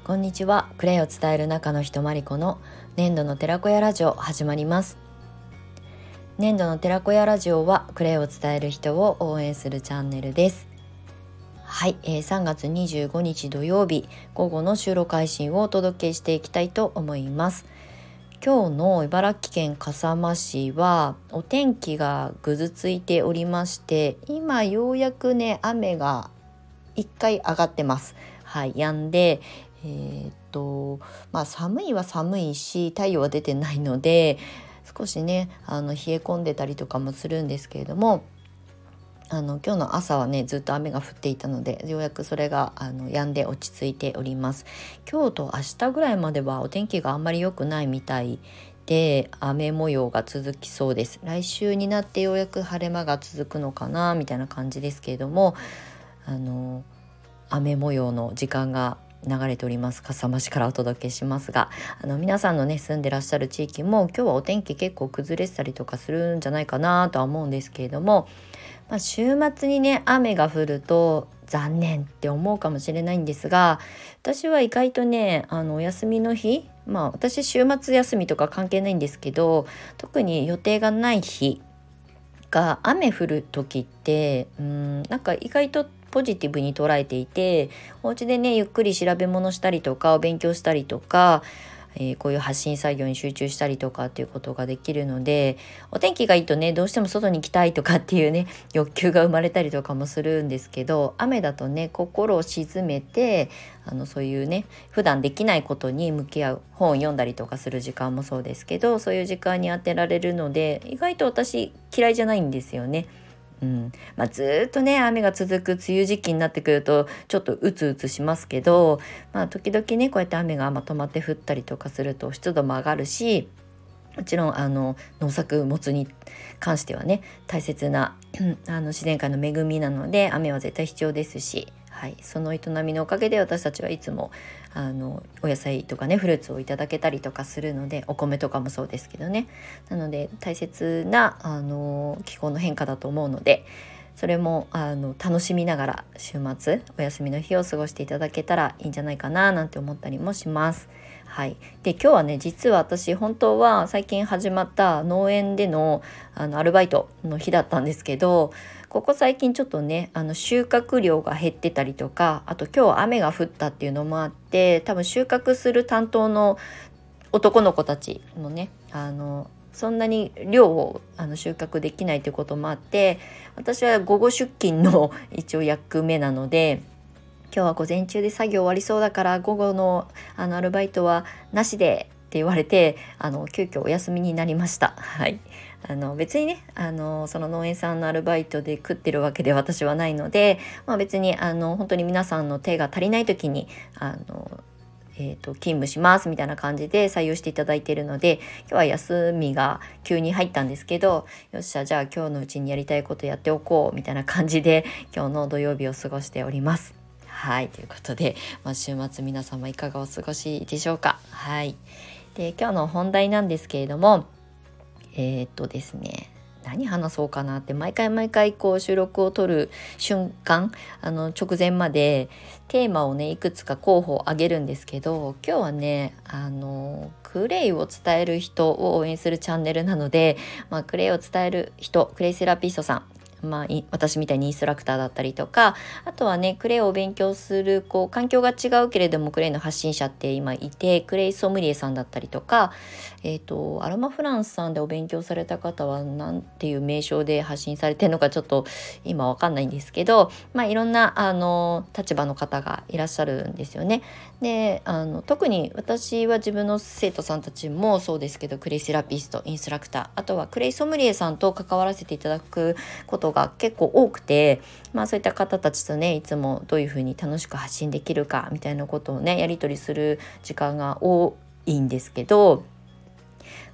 こんにちは。クレイを伝える中の人まりこの粘土の寺子屋ラジオ始まります。粘土の寺子屋ラジオはクレイを伝える人を応援するチャンネルです。はい、3月25日土曜日午後の収録配信をお届けしていきたいと思います。今日の茨城県笠間市はお天気がぐずついておりまして、今ようやくね雨が一回上がってます。はい、止んで寒いは寒いし太陽は出てないので少しね冷え込んでたりとかもするんですけれども、今日の朝はねずっと雨が降っていたのでようやくそれが止んで落ち着いております。今日と明日ぐらいまではお天気があんまり良くないみたいで雨模様が続きそうです。来週になってようやく晴れ間が続くのかなみたいな感じですけれども、雨模様の時間が流れております笠間市からお届けしますが、皆さんのね住んでらっしゃる地域も今日はお天気結構崩れてたりとかするんじゃないかなとは思うんですけれども、週末にね雨が降ると残念って思うかもしれないんですが、私は意外とねお休みの日、私週末休みとか関係ないんですけど、特に予定がない日が雨降る時ってなんか意外とポジティブに捉えていて、お家でねゆっくり調べ物したりとかお勉強したりとか、こういう発信作業に集中したりとかっていうことができるので、お天気がいいとねどうしても外に行きたいとかっていうね欲求が生まれたりとかもするんですけど、雨だとね心を静めてそういうね普段できないことに向き合う、本を読んだりとかする時間もそうですけど、そういう時間に当てられるので意外と私嫌いじゃないんですよね。ずっとね雨が続く梅雨時期になってくるとちょっとうつうつしますけど、時々ねこうやって雨がまとまって降ったりとかすると湿度も上がるし、もちろん農作物に関してはね大切な自然界の恵みなので雨は絶対必要ですし、はい、その営みのおかげで私たちはいつもお野菜とかねフルーツをいただけたりとかするので、お米とかもそうですけどね、なので大切な気候の変化だと思うので、それも楽しみながら週末お休みの日を過ごしていただけたらいいんじゃないかななんて思ったりもします。はい、で今日はね実は私本当は最近始まった農園でのアルバイトの日だったんですけど、ここ最近ちょっとね収穫量が減ってたりとか、あと今日雨が降ったっていうのもあって、多分収穫する担当の男の子たちもねそんなに量を収穫できないということもあって、私は午後出勤の一応役目なので、今日は午前中で作業終わりそうだから午後のアルバイトはなしでって言われて急遽お休みになりました。はい、別にねその農園さんのアルバイトで食ってるわけで私はないので、別に本当に皆さんの手が足りない時に勤務しますみたいな感じで採用していただいているので、今日は休みが急に入ったんですけど、よっしゃじゃあ今日のうちにやりたいことやっておこうみたいな感じで今日の土曜日を過ごしております。はい、ということで、週末皆様いかがお過ごしでしょうか。はい、で今日の本題なんですけれども、ですね何話そうかなって毎回こう収録を撮る瞬間直前までテーマをねいくつか候補を挙げるんですけど、今日はねクレイを伝える人を応援するチャンネルなので、クレイを伝える人、クレイセラピストさん、私みたいにインストラクターだったりとか、あとはねクレイを勉強する環境が違うけれどもクレイの発信者って今いて、クレイソムリエさんだったりとか、アロマフランスさんでお勉強された方はなんていう名称で発信されてるのかちょっと今わかんないんですけど、いろんな立場の方がいらっしゃるんですよね。で特に私は自分の生徒さんたちもそうですけど、クレイセラピスト、インストラクター、あとはクレイソムリエさんと関わらせていただくことが結構多くて、そういった方たちとねいつもどういうふうに楽しく発信できるかみたいなことをねやり取りする時間が多いんですけど、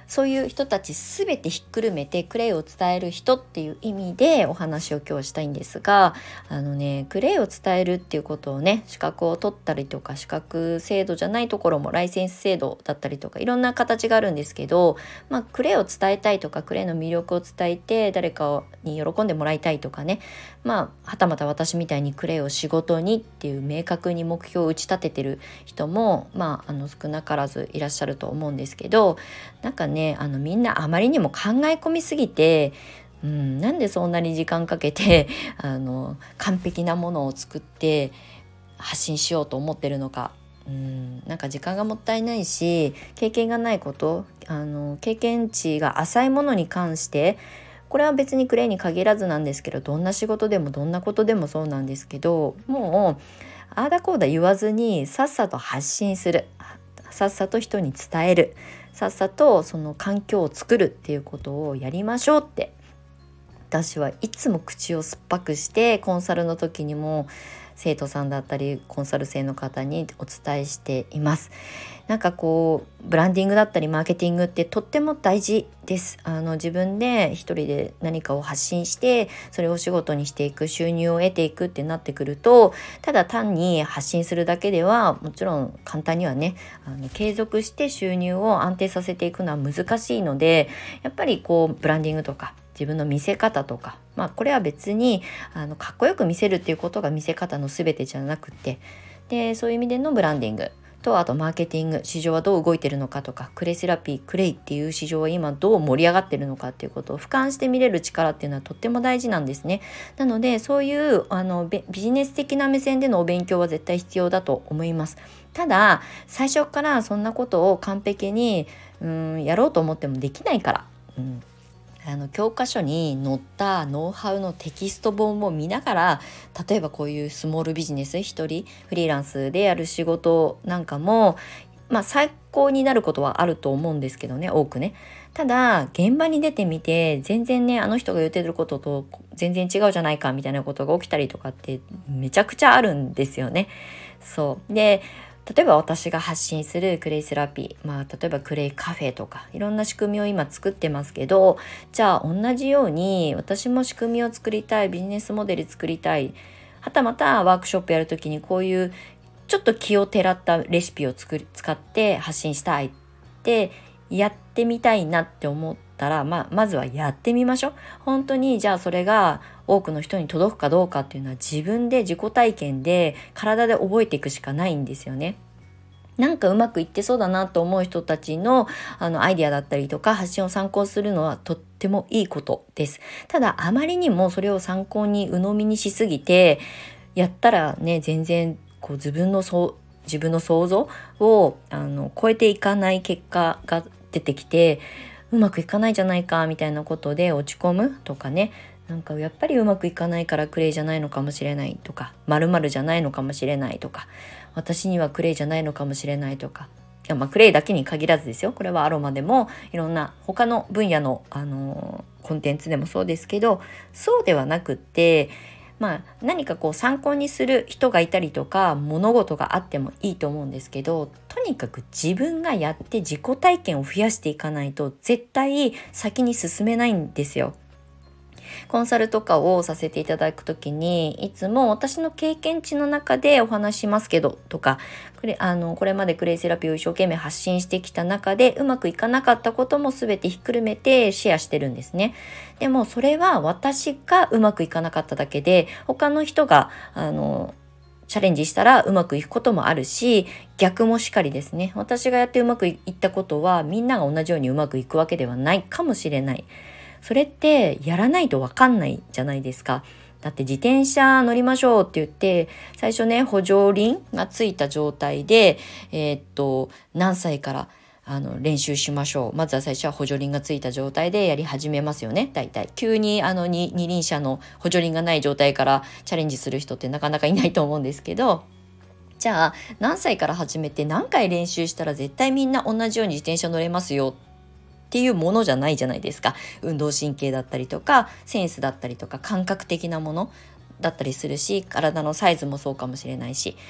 そういう人たちすべてひっくるめてクレイを伝える人っていう意味でお話を今日したいんですが、クレイを伝えるっていうことをね、資格を取ったりとか、資格制度じゃないところもライセンス制度だったりとかいろんな形があるんですけど、クレイを伝えたいとか、クレイの魅力を伝えて誰かに喜んでもらいたいとかね、はたまた私みたいにクレイを仕事にっていう明確に目標を打ち立ててる人も、少なからずいらっしゃると思うんですけど、なんかね、みんなあまりにも考え込みすぎて、なんでそんなに時間かけて完璧なものを作って発信しようと思ってるのか、なんか時間がもったいないし、経験がないこと、経験値が浅いものに関して、これは別にクレイに限らずなんですけど、どんな仕事でもどんなことでもそうなんですけど、もうあーだこーだ言わずにさっさと発信する、さっさと人に伝える、さっさとその環境を作るっていうことをやりましょうって、私はいつも口を酸っぱくしてコンサルの時にも生徒さんだったりコンサル生の方にお伝えしています。なんかブランディングだったりマーケティングってとっても大事です。自分で一人で何かを発信してそれを仕事にしていく、収入を得ていくってなってくると、ただ単に発信するだけではもちろん簡単にはね、継続して収入を安定させていくのは難しいので、やっぱりブランディングとか自分の見せ方とか、これは別にかっこよく見せるっていうことが見せ方の全てじゃなくて、でそういう意味でのブランディングと、あとマーケティング、市場はどう動いてるのかとか、クレイセラピー、クレイっていう市場は今どう盛り上がってるのかっていうことを俯瞰して見れる力っていうのはとっても大事なんですね。なのでそういうビジネス的な目線でのお勉強は絶対必要だと思います。ただ最初からそんなことを完璧にやろうと思ってもできないから、教科書に載ったノウハウのテキスト本を見ながら、例えばこういうスモールビジネス、一人フリーランスでやる仕事なんかも、参考になることはあると思うんですけどね、多くね。ただ現場に出てみて全然ね、あの人が言ってることと全然違うじゃないかみたいなことが起きたりとかってめちゃくちゃあるんですよね。そうで、例えば私が発信するクレイセラピー、例えばクレイカフェとかいろんな仕組みを今作ってますけど、じゃあ同じように私も仕組みを作りたい、ビジネスモデル作りたい、はたまたワークショップやるときにこういうちょっと気をてらったレシピを使って発信したいってやってみたいなって思ったら、まずはやってみましょう。本当にじゃあそれが多くの人に届くかどうかっていうのは自分で自己体験で体で覚えていくしかないんですよね。なんかうまくいってそうだなと思う人たちのアイデアだったりとか発信を参考するのはとってもいいことです。ただあまりにもそれを参考に鵜呑みにしすぎてやったらね、全然自分の想像を超えていかない結果が出てきて、うまくいかないじゃないかみたいなことで落ち込むとかね、なんかやっぱりうまくいかないからクレイじゃないのかもしれないとか、〇〇じゃないのかもしれないとか、私にはクレイじゃないのかもしれないとか、クレイだけに限らずですよ。これはアロマでもいろんな他の分野の、コンテンツでもそうですけど、そうではなくって何か参考にする人がいたりとか物事があってもいいと思うんですけど、とにかく自分がやって自己体験を増やしていかないと絶対先に進めないんですよ。コンサルとかをさせていただくときにいつも私の経験値の中でお話しますけどとか、これまでクレイセラピーを一生懸命発信してきた中でうまくいかなかったことも全てひっくるめてシェアしてるんですね。でもそれは私がうまくいかなかっただけで、他の人がチャレンジしたらうまくいくこともあるし、逆もしかりですね。私がやってうまくいったことはみんなが同じようにうまくいくわけではないかもしれない。それってやらないと分かんないじゃないですか。だって自転車乗りましょうって言って最初ね、補助輪がついた状態で何歳から練習しましょう。まずは最初は補助輪がついた状態でやり始めますよね。だいたい急に二輪車の補助輪がない状態からチャレンジする人ってなかなかいないと思うんですけど、じゃあ何歳から始めて何回練習したら絶対みんな同じように自転車乗れますよっていうものじゃないじゃないですか。運動神経だったりとかセンスだったりとか感覚的なものだったりするし、体のサイズもそうかもしれないし、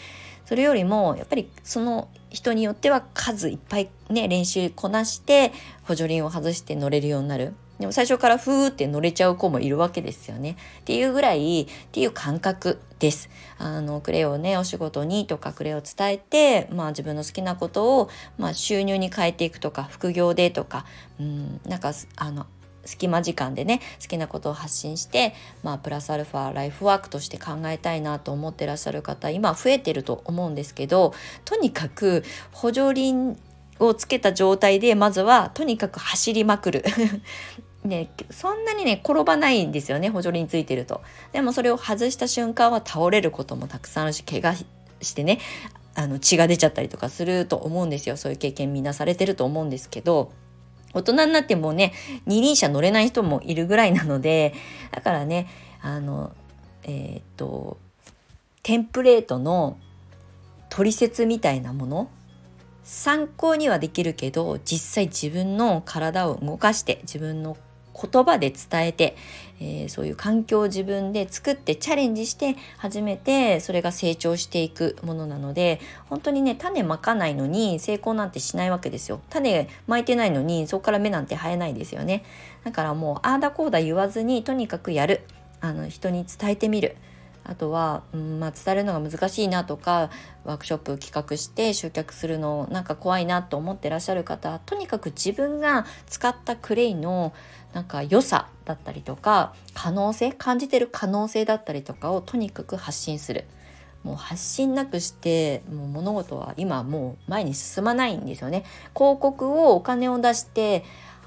それよりもやっぱりその人によっては数いっぱいね練習こなして補助輪を外して乗れるようになる。でも最初からふーって乗れちゃう子もいるわけですよねっていうぐらいっていう感覚です。クレイをねお仕事にとかクレイを伝えて、自分の好きなことを、収入に変えていくとか副業でとか、なんか隙間時間でね好きなことを発信して、プラスアルファライフワークとして考えたいなと思ってらっしゃる方今増えてると思うんですけど、とにかく補助輪をつけた状態でまずはとにかく走りまくるね、そんなにね転ばないんですよね補助輪ついてると。でもそれを外した瞬間は倒れることもたくさんあるし、怪我してね血が出ちゃったりとかすると思うんですよ。そういう経験みんなされてると思うんですけど、大人になってもね二輪車乗れない人もいるぐらいなので、だからねテンプレートの取説みたいなもの参考にはできるけど、実際自分の体を動かして自分の言葉で伝えて、そういう環境を自分で作ってチャレンジして初めてそれが成長していくものなので、本当にね種まかないのに成功なんてしないわけですよ。種まいてないのにそこから芽なんて生えないですよね。だからもうあーだこうだ言わずにとにかくやる、人に伝えてみる。あとは、伝えるのが難しいなとか、ワークショップ企画して集客するのなんか怖いなと思ってらっしゃる方、とにかく自分が使ったクレイのなんか良さだったりとか可能性、感じてる可能性だったりとかをとにかく発信する。もう発信なくしてもう物事は今もう前に進まないんですよね。広告をお金を出して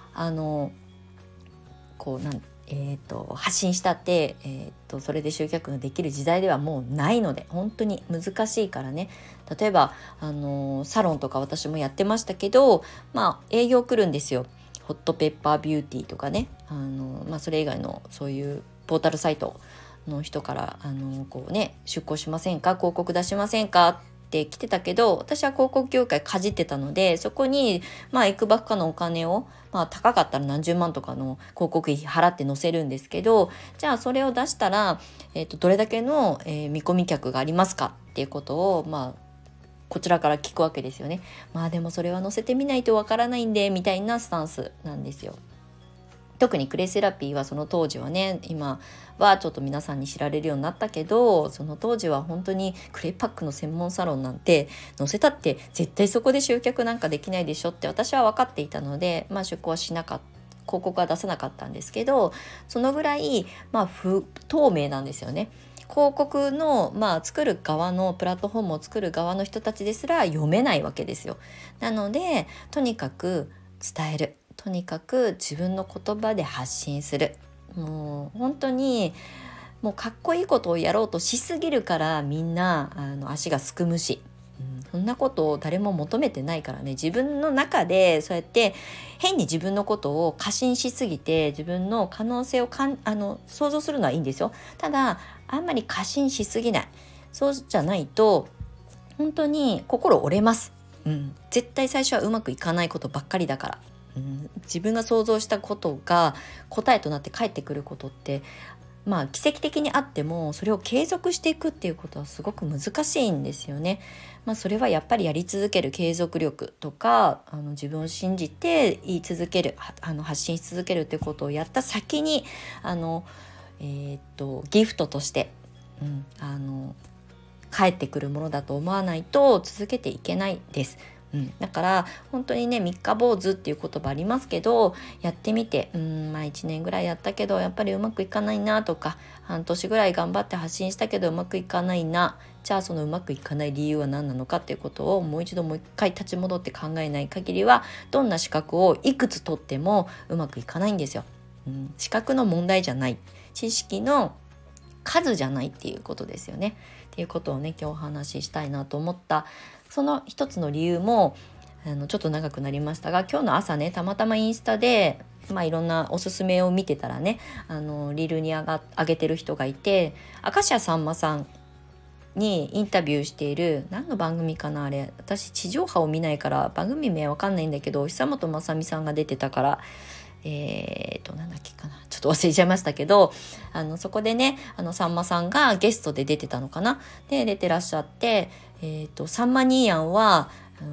発信したって、それで集客ができる時代ではもうないので、本当に難しいからね。例えば、サロンとか私もやってましたけど、営業来るんですよ。ホットペッパービューティーとかね、それ以外のそういうポータルサイトの人から出稿しませんか、広告出しませんかって来てたけど、私は広告業界かじってたので、そこにいくばくかのお金を、高かったら何十万とかの広告費払って載せるんですけど、じゃあそれを出したら、どれだけの、見込み客がありますかっていうことをこちらから聞くわけですよね。でもそれは載せてみないとわからないんでみたいなスタンスなんですよ。特にクレイセラピーはその当時はね、今はちょっと皆さんに知られるようになったけど、その当時は本当にクレイパックの専門サロンなんて載せたって絶対そこで集客なんかできないでしょって私は分かっていたので、出稿はしなかった、広告は出さなかったんですけど、そのぐらい不透明なんですよね。広告の、作る側のプラットフォームを作る側の人たちですら読めないわけですよ。なのでとにかく伝える、とにかく自分の言葉で発信する。もう本当にもうかっこいいことをやろうとしすぎるからみんな足がすくむし、そんなことを誰も求めてないからね。自分の中でそうやって変に自分のことを過信しすぎて自分の可能性を想像するのはいいんですよ。ただあんまり過信しすぎない。そうじゃないと本当に心折れます。絶対最初はうまくいかないことばっかりだから。自分が想像したことが答えとなって返ってくることって奇跡的にあっても、それを継続していくっていうことはすごく難しいんですよね。それはやっぱりやり続ける継続力とか、自分を信じて言い続ける、発信し続けるっていうことをやった先にギフトとして、返ってくるものだと思わないと続けていけないです。だから本当にね、三日坊主っていう言葉ありますけど、やってみて1年ぐらいやったけどやっぱりうまくいかないなとか、半年ぐらい頑張って発信したけどうまくいかないな、じゃあそのうまくいかない理由は何なのかっていうことをもう一回立ち戻って考えない限りは、どんな資格をいくつ取ってもうまくいかないんですよ。資格の問題じゃない、知識の数じゃないっていうことですよね。っていうことをね、今日お話ししたいなと思った。その一つの理由もちょっと長くなりましたが、今日の朝ね、たまたまインスタでいろんなおすすめを見てたらね、リールに上げてる人がいて、明石家さんまさんにインタビューしている、何の番組かなあれ、私地上波を見ないから番組名わかんないんだけど、久本雅美さんが出てたからなんだっけかな、ちょっと忘れちゃいましたけど、そこでねさんまさんがゲストで出てたのかな、で出てらっしゃって、さんま兄やんは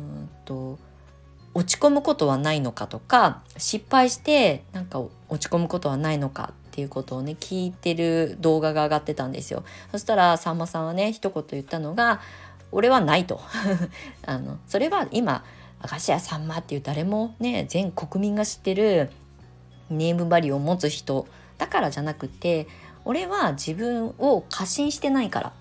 落ち込むことはないのかとか、失敗してなんか落ち込むことはないのかっていうことをね聞いてる動画が上がってたんですよ。そしたらさんまさんはね一言言ったのが、俺はないとそれは今明石家さんまっていう誰もね全国民が知ってるネームバリューを持つ人だからじゃなくて、俺は自分を過信してないからって、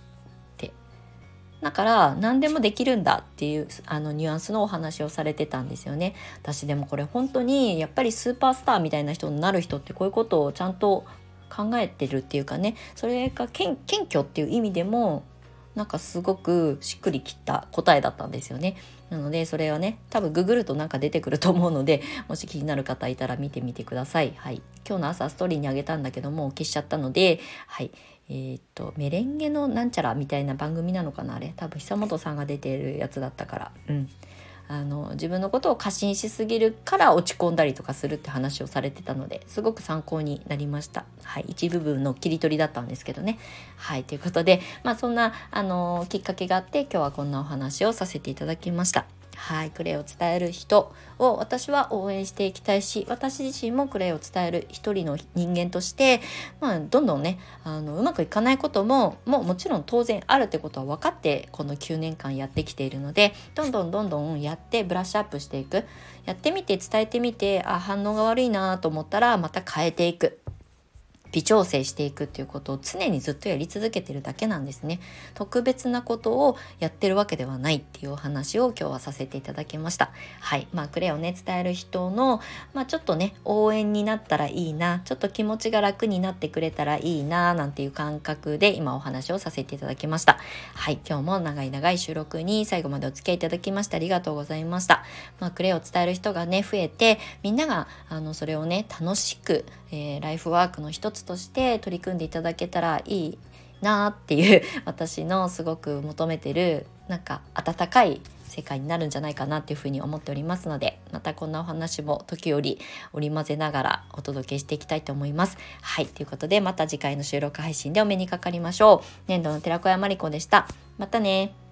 だから何でもできるんだっていうニュアンスのお話をされてたんですよね。私でもこれ本当にやっぱりスーパースターみたいな人になる人ってこういうことをちゃんと考えてるっていうかね、それが謙虚っていう意味でもなんかすごくしっくりきた答えだったんですよね。なのでそれはね多分ググるとなんか出てくると思うので、もし気になる方いたら見てみてください。はい、今日の朝ストーリーにあげたんだけども消しちゃったので、はい、メレンゲのなんちゃらみたいな番組なのかな、あれ多分久本さんが出てるやつだったから、自分のことを過信しすぎるから落ち込んだりとかするって話をされてたので、すごく参考になりました。はい、一部分の切り取りだったんですけどね。はい、ということで、そんなきっかけがあって今日はこんなお話をさせていただきました。はい、クレイを伝える人を私は応援していきたいし、私自身もクレイを伝える一人の人間として、どんどんねうまくいかないことももちろん当然あるってことは分かってこの9年間やってきているので、どんどんやってブラッシュアップしていく、やってみて伝えてみて、反応が悪いなと思ったらまた変えていく、微調整していくっていうことを常にずっとやり続けてるだけなんですね。特別なことをやってるわけではないっていうお話を今日はさせていただきました。はい、クレイをね伝える人の、ちょっとね応援になったらいいな、ちょっと気持ちが楽になってくれたらいいななんていう感覚で今お話をさせていただきました。はい、今日も長い収録に最後までお付き合いいただきましてありがとうございました。クレイを伝える人がね増えて、みんながそれをね楽しく、ライフワークの一つとして取り組んでいただけたらいいなっていう私のすごく求めてるなんか温かい世界になるんじゃないかなっていうふうに思っておりますので、またこんなお話も時折織り交ぜながらお届けしていきたいと思います。はい、ということでまた次回の収録配信でお目にかかりましょう。年度の寺子屋まりこでした。またね。